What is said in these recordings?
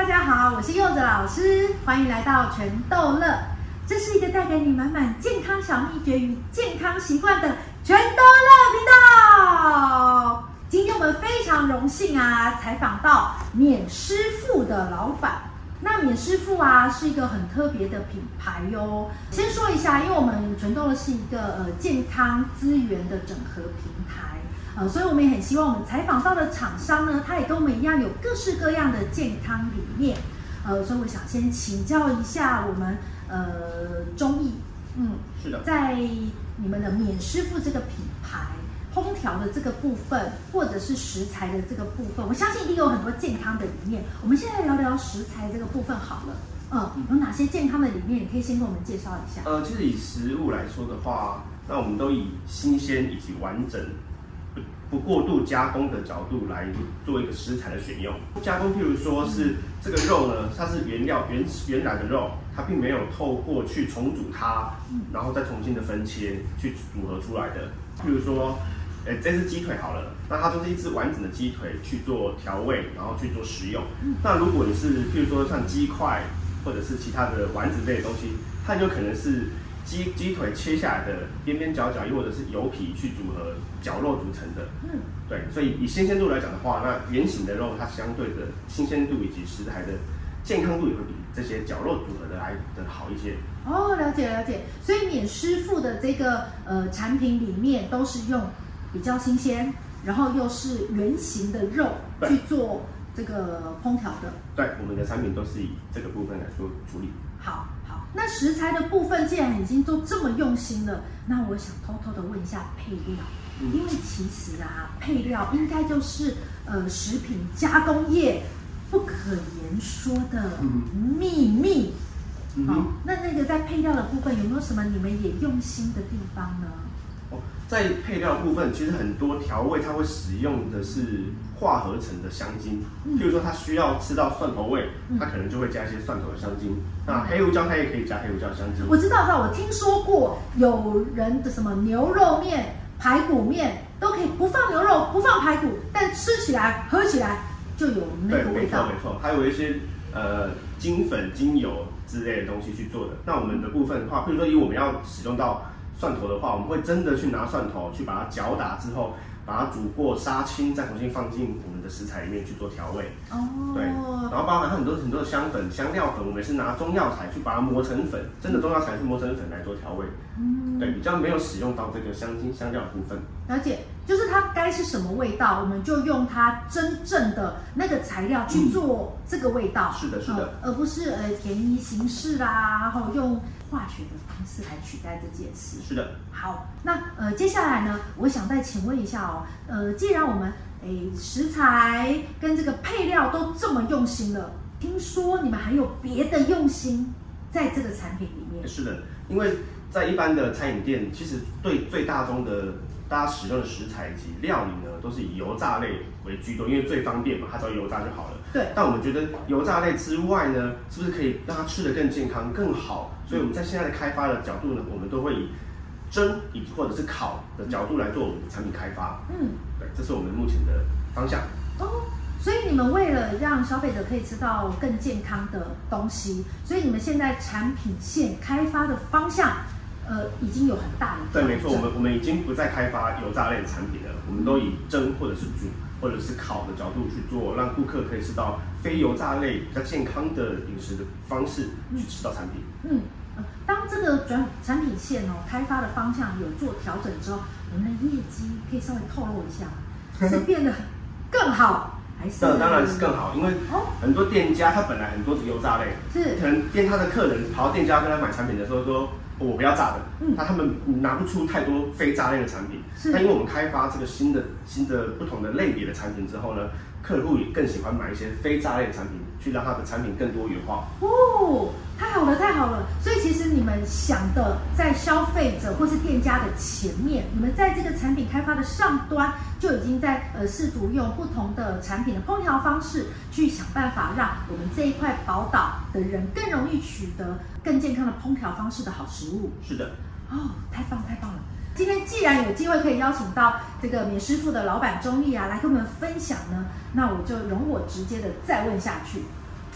家好，我是柚子老师，欢迎来到全豆乐。这是一个带给你满满健康小秘诀与健康习惯的全豆乐频道。今天我们非常荣幸采访到免师傅的老板。那免师傅是一个很特别的品牌哟。先说一下，因为我们全豆乐是一个健康资源的整合平台，所以我们也很希望我们采访到的厂商呢，他也跟我们一样有各式各样的健康理念。所以我想先请教一下我们钟毅， 是的， 在你们的免师傅这个品牌。烹调的这个部分，或者是食材的这个部分，我相信一定有很多健康的理念。我们现在聊聊食材这个部分好了。有哪些健康的理念？你可以先跟我们介绍一下。 其实以食物来说的话，那我们都以新鲜以及完整、不过度加工的角度来做一个食材的选用。加工，譬如说是这个肉呢，它是原来的肉，它并没有透过去重组它，然后再重新的分切去组合出来的。譬如说。这只鸡腿好了，那它就是一只完整的鸡腿去做调味，然后去做食用。那如果你是譬如说像鸡块或者是其他的丸子类的东西，它就可能是鸡腿切下来的边边角角，又或者是油皮去组合绞肉组成的。对，所以以新鲜度来讲的话，那原型的肉它相对的新鲜度以及食材的健康度也会比这些绞肉组合的来的好一些。 了解。所以免师傅的这个产品里面都是用比较新鲜，然后又是原型的肉去做这个烹调的。 对，我们的产品都是以这个部分来做处理。 好，那食材的部分既然已经都这么用心了，那我想偷偷的问一下配料，因为其实配料应该就是食品加工业不可言说的秘密。那个在配料的部分有没有什么你们也用心的地方呢？ 在配料部分，其实很多调味它会使用的是化合成的香精，譬如说它需要吃到蒜头味，它可能就会加一些蒜头的香精。那黑胡椒它也可以加黑胡椒香精。 我知道，我听说过有人的什么牛肉面、排骨面都可以不放牛肉、不放排骨，但吃起来、喝起来就有那个味道。 没错，还有一些精粉、精油之类的东西去做的。那我们的部分的话，譬如说以我们要使用到蒜头的话，我们会真的去拿蒜头去把它搅打之后，把它煮过杀青，再重新放进我们的食材里面去做调味。对，然后包含很多的香粉、香料粉，我们是拿中药材去把它磨成粉，真的中药材去磨成粉来做调味。对，比较没有使用到这个香精、香料的部分。 了解，就是它该是什么味道，我们就用它真正的那个材料去做这个味道。 是的， 而不是便宜行事然后用化学的方式来取代这件事。 是的。 好，那接下来呢，我想再请问一下既然我们食材跟这个配料都这么用心了，听说你们还有别的用心在这个产品里面。 是的，因为在一般的餐饮店，其实对最大宗的大家使用的食材及料理呢，都是以油炸类为居多，因为最方便嘛，它只要油炸就好了。 对。 但我们觉得油炸类之外呢，是不是可以让它吃得更健康、更好？所以我们在现在的开发的角度呢，我们都会以蒸或者是烤的角度来做我们的产品开发。对，这是我们目前的方向。 所以你们为了让消费者可以吃到更健康的东西，所以你们现在产品线开发的方向，已经有很大的对，没错，我们已经不再开发油炸类的产品了，我们都以蒸或者是煮或者是烤的角度去做，让顾客可以吃到非油炸类比较健康的饮食的方式去吃到产品。 当这个产品线开发的方向有做调整之后，你们的业绩可以稍微透露一下吗？是变得更好？ 当然是更好，因为很多店家他本来很多是油炸类，可能他的客人跑到店家跟他买产品的时候说我不要炸的，他们拿不出太多非炸类的产品。那因为我们开发这个新的不同的类别的产品之后呢，客户也更喜欢买一些非炸类的产品，去让他的产品更多元化。 太好了！所以其实你们想的在消费者或是店家的前面，你们在这个产品开发的上端就已经在试图用不同的产品的烹调方式，去想办法让我们这一块宝岛的人更容易取得更健康的烹调方式的好食物。 是的。 太棒了！今天既然有机会可以邀请到这个免师傅的老板钟毅来跟我们分享呢，那我就容我直接的再问下去。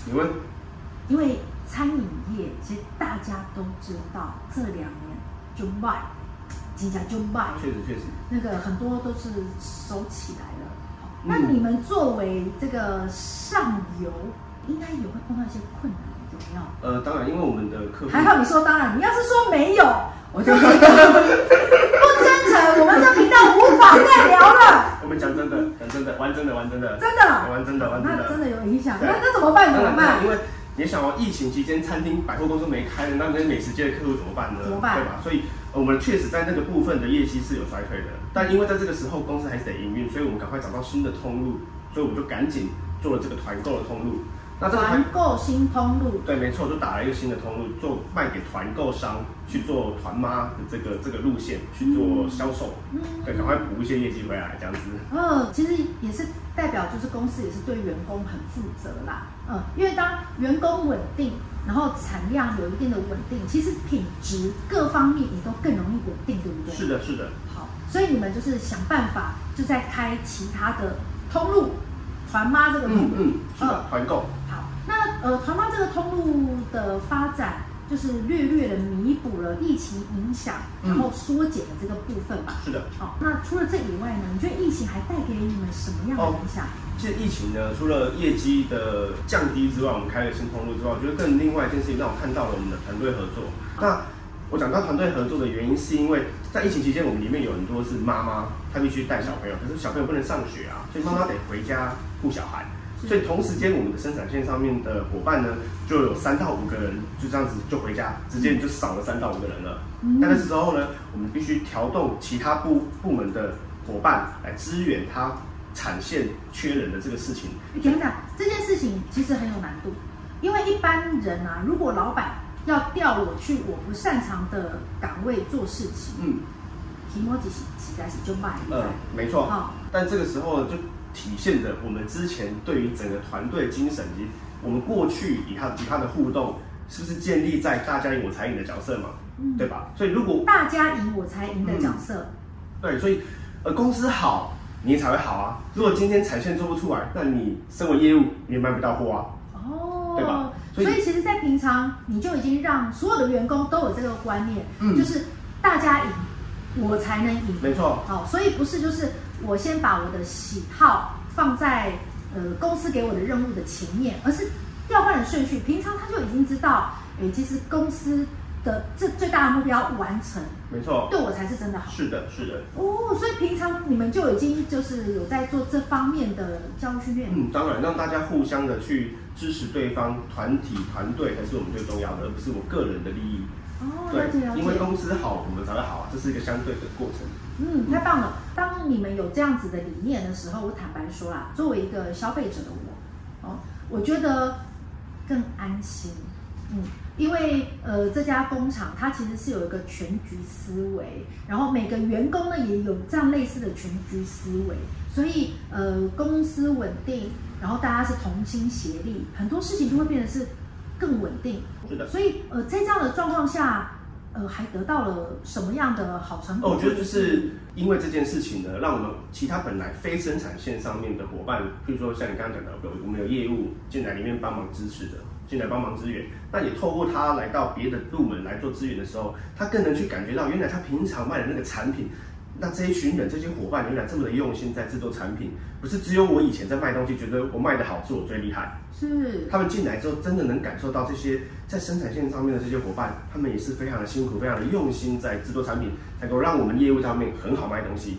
你问， 因为餐饮业其实大家都知道，这2年就卖，几家就卖， 确实， 那个很多都是收起来了。那你们作为这个上游，应该也会碰到一些困难，有没有？ 当然，因为我们的客户还好你说当然，你要是说没有，我就不真诚，我们这频道无法再聊了。 我们讲真的，玩真的， 真的，那真的有影响。那怎么办？ 因为你想疫情期间餐厅百货公司没开了，那那些美食街的客户怎么办呢？对吧？所以我们确实在那个部分的业绩是有衰退的，但因为在这个时候公司还是得营运，所以我们赶快找到新的通路，所以我们就赶紧做了这个团购的通路。那这个团购新通路， 对，没错，就打了一个新的通路，做卖给团购商去做团妈的这个路线去做销售，对，赶快补一些业绩回来，这样子。 其实也是代表就是公司也是对员工很负责啦，因为当员工稳定，然后产量有一定的稳定，其实品质各方面也都更容易稳定，对不对？ 是的。 好，所以你们就是想办法，就在开其他的通路，团妈这个通路， 是的，团购。 好，那团妈这个通路的发展，就是略的弥补了疫情影响，然后缩减了这个部分吧。 是的。 好，那除了这以外呢，你觉得疫情还带给你们什么样的影响？ 其实疫情呢，除了业绩的降低之外，我们开了新通路之外，我觉得更另外一件事情让我看到了我们的团队合作。那我讲到团队合作的原因，是因为在疫情期间，我们里面有很多是妈妈，她必须带小朋友，可是小朋友不能上学啊，所以妈妈得回家顾小孩。所以同时间，我们的生产线上面的伙伴呢，就有3到5个人就这样子就回家，直接就少了3到5个人了。但那时候呢，我们必须调动其他部门的伙伴来支援他产线缺人的这个事情。 等等，这件事情其实很有难度，因为一般人啊，如果老板要调我去我不擅长的岗位做事情，题目起来就卖。 没错。但这个时候就体现着我们之前对于整个团队精神以及我们过去与他的互动，是不是建立在大家赢我才赢的角色嘛？对吧？所以如果大家赢我才赢的角色， 对，所以公司好，你也才会好啊。如果今天产线做不出来，那你身为业务你也卖不到货啊。对吧？ 所以其实，在平常你就已经让所有的员工都有这个观念，就是大家赢我才能赢。 没错。 好，所以不是就是我先把我的喜好放在公司给我的任务的前面，而是调换的顺序。平常他就已经知道，其实公司的这最大的目标完成， 没错， 对我才是真的好。 是的。 所以平常你们就已经就是有在做这方面的教育训练。 当然，让大家互相的去支持对方，团体团队才是我们最重要的，而不是我个人的利益。 了解。 因为公司好，我们才会好啊，这是一个相对的过程。 太棒了！当你们有这样子的理念的时候，我坦白说啦，作为一个消费者的我觉得更安心。因为这家工厂它其实是有一个全局思维，然后每个员工呢也有这样类似的全局思维，所以公司稳定，然后大家是同心协力，很多事情就会变得是更稳定。 是的。 所以在这样的状况下，还得到了什么样的好成果？ 我觉得就是因为这件事情呢，让我们其他本来非生产线上面的伙伴，譬如说像你刚刚讲的，我们有业务进来里面帮忙支持的，进来帮忙支援，那也透过他来到别的部门来做支援的时候，他更能去感觉到，原来他平常卖的那个产品，那这一群人这些伙伴原来这么的用心在制作产品，不是只有我以前在卖东西觉得我卖的好是我最厉害， 是他们进来之后真的能感受到这些在生产线上面的这些伙伴，他们也是非常的辛苦，非常的用心在制作产品，才能够让我们业务上面很好卖东西。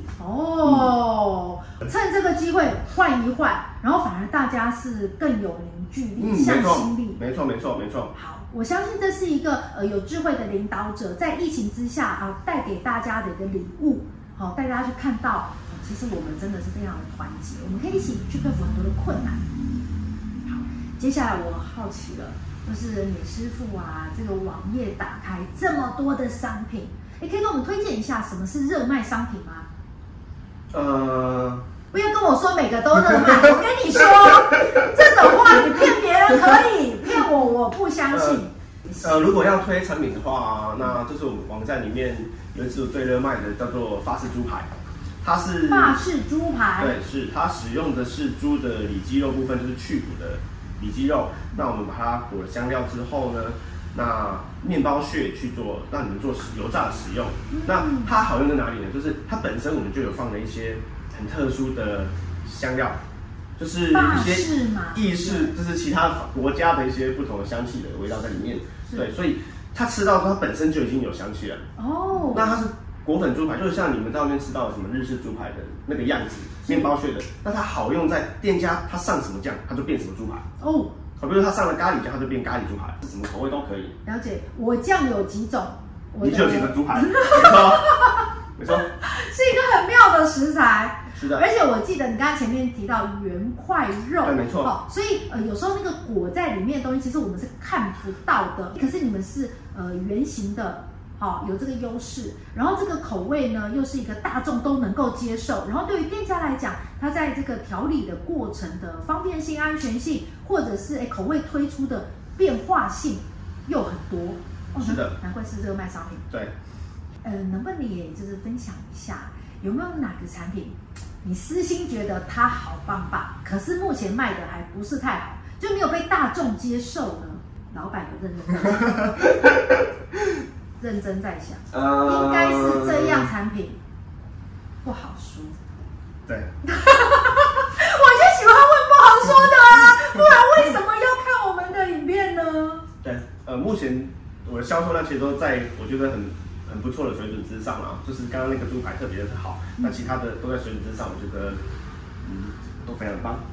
趁这个机会换一换，然后反而大家是更有凝聚力、向心力。 没错。 好，我相信这是一个有智慧的领导者在疫情之下带给大家的一个礼物。好，带大家去看到，其实我们真的是非常的团结，我们可以一起去克服很多的困难。好，接下来我好奇了，就是李师傅啊，这个网页打开这么多的商品，可以跟我们推荐一下什么是热卖商品吗？不要跟我说每个都热卖，我跟你说，这种话你骗别人可以，骗我不相信。 如果要推产品的话，那就是我们网站里面有一支最热卖的，叫做法式猪排。它是法式猪排， 对，是它使用的是猪的里肌肉部分，就是去骨的里脊肉，那我们把它裹了香料之后呢，那面包屑去做，让你们做油炸的使用。那它好用在哪里呢？就是它本身我们就有放了一些很特殊的香料，就是一些意式，就是其他国家的一些不同的香气的味道在里面。对，所以它吃到它本身就已经有香气了。哦，那它是裹粉猪排，就是像你们在外面吃到的什么日式猪排的那个样子，面包屑的。那它好用在店家，它上什么酱，它就变什么猪排。哦。好，比如它上了咖喱酱，它就变咖喱猪排，是什么口味都可以。 了解，我酱有几种， 你就有几种猪排，没错，没错， 是一个很妙的食材。 是的， 而且我记得你刚才前面提到圆块肉， 对，没错。 哦，所以有时候那个裹在里面的东西，其实我们是看不到的。可是你们是圆形的，好，有这个优势。然后这个口味呢，又是一个大众都能够接受。然后对于店家来讲，它在这个调理的过程的方便性、安全性，或者是口味推出的变化性又很多。 哦，是的， 难怪是这个卖商品。 对。 能不能你也就是分享一下，有没有哪个产品你私心觉得它好棒棒，可是目前卖的还不是太好，就没有被大众接受呢？老板有认真在想，应该是这样产品不好说。 对， 我就喜欢问不好说的啊，不然为什么要看我们的影片呢？ 对，目前我的销售量其实都在我觉得很不错的水准之上啊，就是刚刚那个猪排特别的好，那其他的都在水准之上，我觉得都非常棒。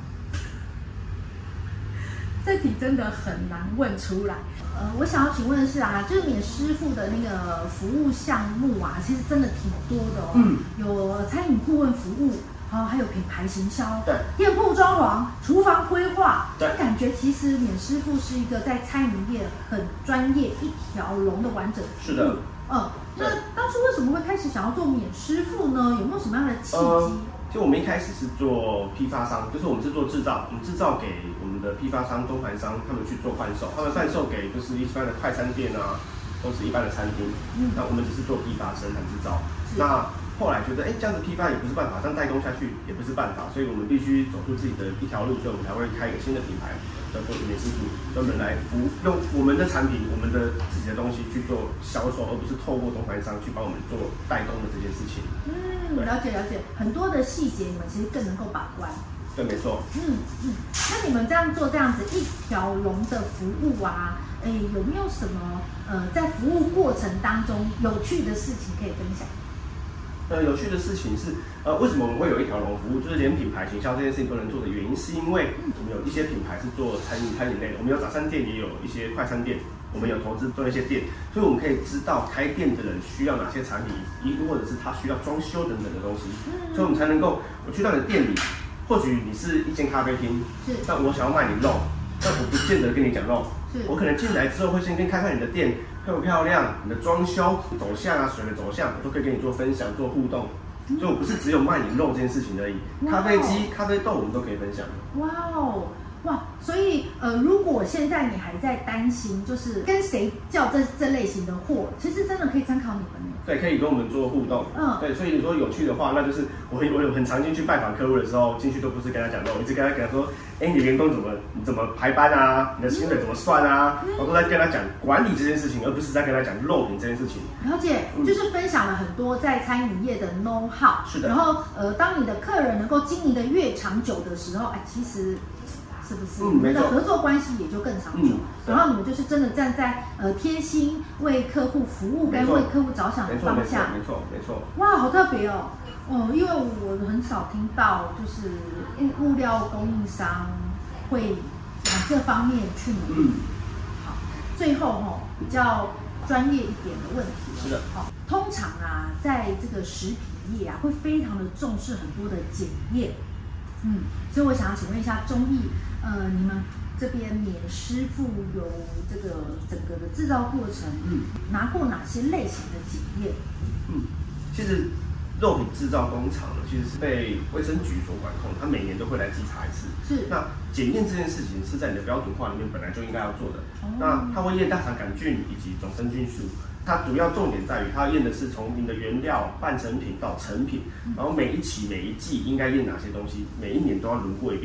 这题真的很难问出来。我想要请问的是啊，就是你师傅的那个服务项目啊，其实真的挺多的哦。有餐饮顾问服务，还有品牌行销， 对， 店铺装潢、厨房规划， 对， 感觉其实免师傅是一个在餐饮业很专业、一条龙的完整。 是的。 那当初为什么会开始想要做免师傅呢？有没有什么样的契机？ 就我们一开始是做批发商，就是我们是做制造，我们制造给我们的批发商、中盘商，他们去做贩售，他们贩售给就是一般的快餐店啊，都是一般的餐厅。那我们只是做批发、生产制造。那后来觉得，这样子批发也不是办法，这样代工下去也不是办法，所以我们必须走出自己的一条路，所以我们才会开一个新的品牌，叫做免师傅，专门来用我们的产品、我们的自己的东西去做销售，而不是透过中盘商去帮我们做代工的这件事情。 了解了解，很多的细节你们其实更能够把关。 对，没错。 那你们这样做这样子一条龙的服务啊，有没有什么在服务过程当中有趣的事情可以分享？ 有趣的事情是，为什么我们会有一条龙服务？就是连品牌行销这件事情都能做的原因，是因为我们有一些品牌是做餐饮类的，我们有早餐店，也有一些快餐店，我们有投资做一些店，所以我们可以知道开店的人需要哪些产品，或者是他需要装修等等的东西，所以我们才能够，我去到你的店里，或许你是一间咖啡厅，但我想要卖你肉，但我不见得跟你讲肉，我可能进来之后会先看看你的店漂不漂亮，你的装修走向啊，水的走向，我都可以跟你做分享、做互动。所以我不是只有卖你肉这件事情而已，咖啡机、咖啡豆我们都可以分享。 哇，所以如果现在你还在担心，就是跟谁叫这类型的货，其实真的可以参考你们。 对，可以跟我们做互动。对，所以你说有趣的话，那就是我有很常进去拜访客户的时候，进去都不是跟他讲肉，我一直跟他说，你的员工怎么排班啊，你的薪水怎么算啊，我都在跟他讲管理这件事情，而不是在跟他讲肉品这件事情。 了解，就是分享了很多在餐饮业的 know how。 是的。 然后当你的客人能够经营的越长久的时候，其实。是不是？你们的合作关系也就更长久。然后你们就是真的站在贴心为客户服务跟为客户着想的方向。 没错。 哇，好特别哦！因为我很少听到，就是物料供应商会往这方面去努力。好，最后比较专业一点的问题。 是的。 通常啊，在这个食品业啊，会非常的重视很多的检验。所以我想要请问一下钟毅，你们这边免师傅有这个整个的制造过程，拿过哪些类型的检验？ 其实肉品制造工厂呢，其实是被卫生局所管控，它每年都会来稽查一次。 是。那检验这件事情是在你的标准化里面本来就应该要做的。那它会验大肠杆菌以及总生菌数。它主要重点在于，它验的是从你的原料、半成品到成品，然后每一期、每一季应该验哪些东西，每一年都要轮过一遍。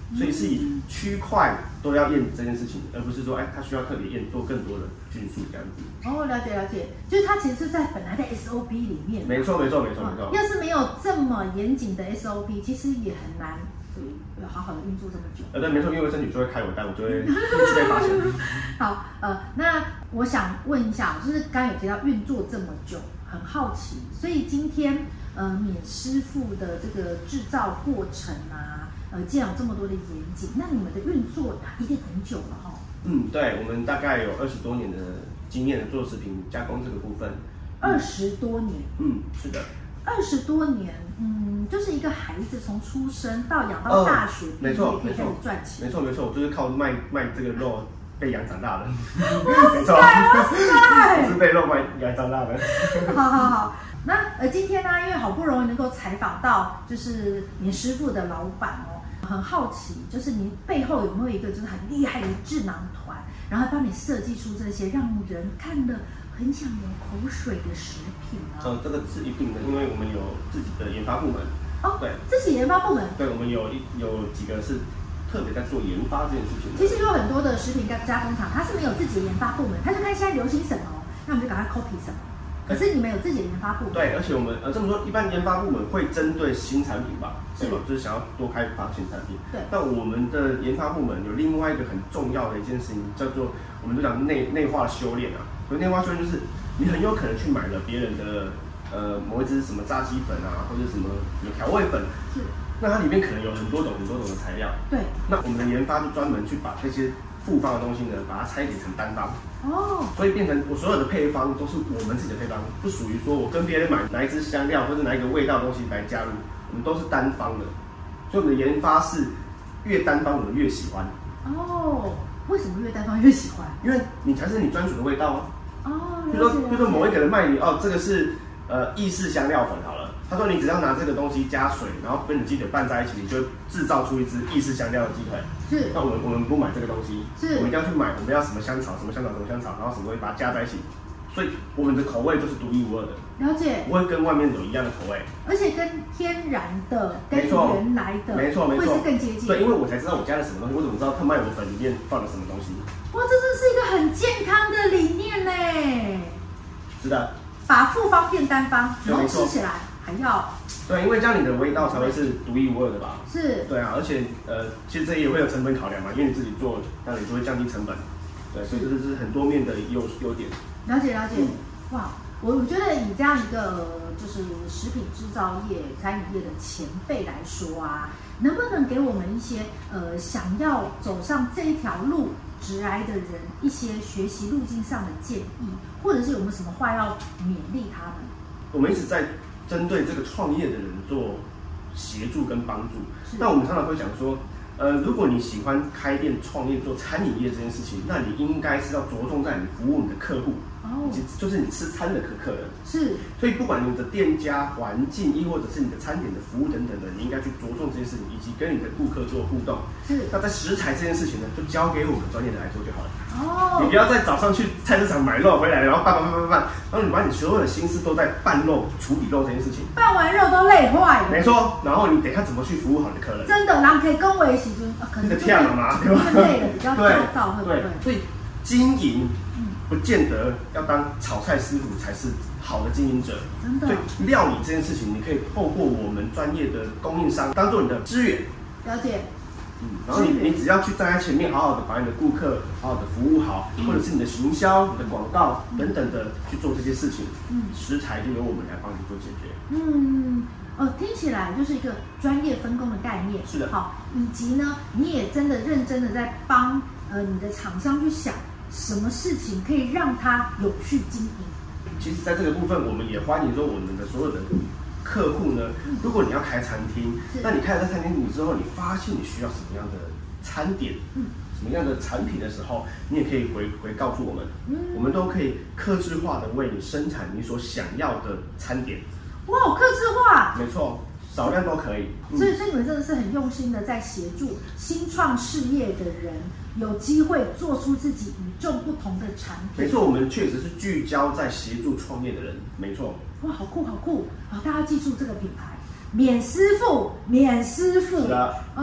所以是以区块都要验这件事情，而不是说它需要特别验做更多的菌数这样子。 哦，了解了解，就是它其实是在本来的 SOP 里面。 没错。 要是没有这么严谨的 SOP， 其实也很难好好的运作这么久。 对，没错，因为卫生局就会开我单，我就会一直被发现。 好，那我想问一下，就是刚刚有提到运作这么久，很好奇，所以今天免师傅的这个制造过程啊，既然有这么多的严谨，那你们的运作一定很久了哈。 对，我们大概有20多年的经验做食品加工这个部分。 20多年。 是的。 20多年，就是一个孩子从出生到养到大学毕业，可以开始赚钱。 没错，我就是靠卖这个肉被养长大的。 没错， 我是被肉养长大的。 好。那今天呢，因为好不容易能够采访到就是你师傅的老板哦，很好奇，就是你背后有没有一个就是很厉害的智囊团，然后帮你设计出这些让人看了很想流口水的食品啊？ 这个是一定的，因为我们有自己的研发部门。对， 自己研发部门。 对，我们有几个是特别在做研发这件事情。 其实有很多的食品加工厂，它是没有自己的研发部门，他就看现在流行什么，那我们就赶快 copy 什么。可是你们有自己的研发部门。对， 而且我们这么说，一般研发部门会针对新产品吧，对吧？就是想要多开发新产品。 对。 但我们的研发部门有另外一个很重要的一件事情，叫做我们都讲内化修炼啊。所以内化修炼就是你很有可能去买了别人的某一支什么炸鸡粉啊，或者什么调味粉。 是。 那它里面可能有很多种的材料。 对。 那我们的研发就专门去把这些复方的东西呢，把它拆解成单方。所以变成我所有的配方都是我们自己的配方，不属于说我跟别人买哪一支香料或者哪一个味道的东西来加入，我们都是单方的。所以我们的研发是越单方我们越喜欢。 为什么越单方越喜欢？ 因为你才是你专属的味道啊。比如说某一个人卖你这个是意式香料粉好了，他说你只要拿这个东西加水，然后跟你鸡腿拌在一起，你就制造出一支意式香料的鸡腿。 是。 那我们不买这个东西， 是。 我们一定要去买，我们要什么香草，什么香草，然后什么东西把它加在一起，所以我们的口味就是独一无二的。 了解。 不会跟外面有一样的口味， 而且跟天然的、跟原来的， 没错， 会是更接近。 对，因为我才知道我加了什么东西，我怎么知道它卖我粉里面放了什么东西？ 哇，这真是一个很健康的理念呢。 是的。 把复方变单方，然后吃起来还要。 对，因为这样你的味道才会是独一无二的吧？ 是。 对啊，而且其实这也会有成本考量嘛，因为你自己做，那你就会降低成本。对，所以这是很多面的优点。 了解。哇，我觉得以这样一个就是食品制造业、餐饮业的前辈来说啊，能不能给我们一些想要走上这一条路直来的人一些学习路径上的建议，或者是有没有什么话要勉励他们？ 我们一直在针对这个创业的人做协助跟帮助。那我们常常会讲说，如果你喜欢开店创业做餐饮业这件事情，那你应该是要着重在你服务你的客户。就是你吃餐的客人。是。所以不管你的店家环境，亦或者是你的餐点的服务等等的，你应该去着重这件事情，以及跟你的顾客做互动。是。那在食材这件事情呢，就交给我们专业的来做就好了。你不要在早上去菜市场买肉回来，然后拌，然后你把你所有的心思都在拌肉、处理肉这件事情。 拌完肉都累坏了。 没错。然后你等一下怎么去服务好你的客人？ 真的，然后可以跟我一起可能就跳了嘛，对吧？ 累了，比较焦躁，会不会？ 所以经营。不见得要当炒菜师傅才是好的经营者， 真的。 所以料理这件事情，你可以透过我们专业的供应商当做你的资源。 了解。 然后你只要去站在前面，好好的把你的顾客好好的服务好，或者是你的行销、你的广告等等的去做这些事情，食材就由我们来帮你做解决。 听起来就是一个专业分工的概念。 是的。 好，以及呢，你也真的认真的在帮你的厂商去想。什么事情可以让它有序经营？ 其实，在这个部分，我们也欢迎说我们的所有的客户呢，如果你要开餐厅，那你开了餐厅之后，你发现你需要什么样的餐点，什么样的产品的时候，你也可以回告诉我们，我们都可以客制化的为你生产你所想要的餐点。 哇，客制化？ 没错。少量都可以。 所以你们真的是很用心的在协助新创事业的人有机会做出自己与众不同的产品。 没错，我们确实是聚焦在协助创业的人。没错。 哇，好酷好酷！好，大家记住这个品牌，免师傅。 是的。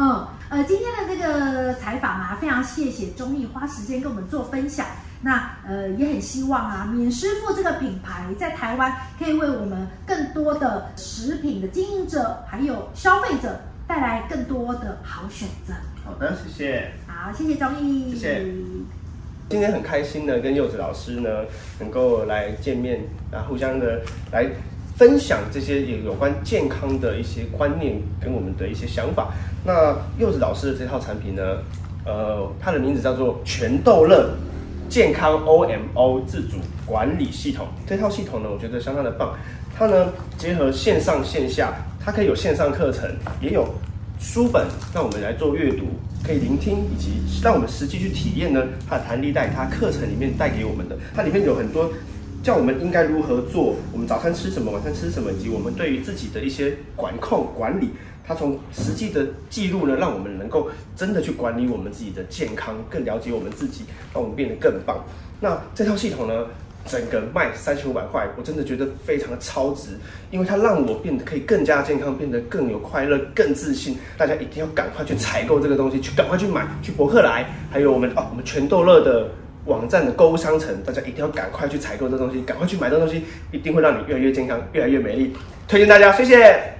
今天的这个采访啊，非常谢谢钟毅花时间跟我们做分享。那也很希望啊，免师傅这个品牌在台湾可以为我们更多的食品的经营者还有消费者带来更多的好选择。 好的，谢谢。 好，谢谢钟毅， 谢谢。今天很开心呢，跟柚子老师呢能够来见面，互相的来分享这些有关健康的一些观念跟我们的一些想法。那柚子老师的这套产品呢，它的名字叫做全豆乐健康 OMO 自主管理系统。这套系统呢，我觉得相当的棒。它呢结合线上线下，它可以有线上课程，也有书本让我们来做阅读，可以聆听，以及让我们实际去体验呢它的弹力带，它课程里面带给我们的。它里面有很多叫我们应该如何做，我们早餐吃什么，晚餐吃什么，以及我们对于自己的一些管控管理。它从实际的记录呢，让我们能够真的去管理我们自己的健康，更了解我们自己，让我们变得更棒。那这套系统呢，整个卖3500块，我真的觉得非常的超值，因为它让我变得可以更加健康，变得更有快乐，更自信。大家一定要赶快去采购这个东西，赶快去买，去博客来，还有我们全豆乐的网站的购物商城，大家一定要赶快去采购这东西，赶快去买这东西，一定会让你越来越健康，越来越美丽。推荐大家，谢谢。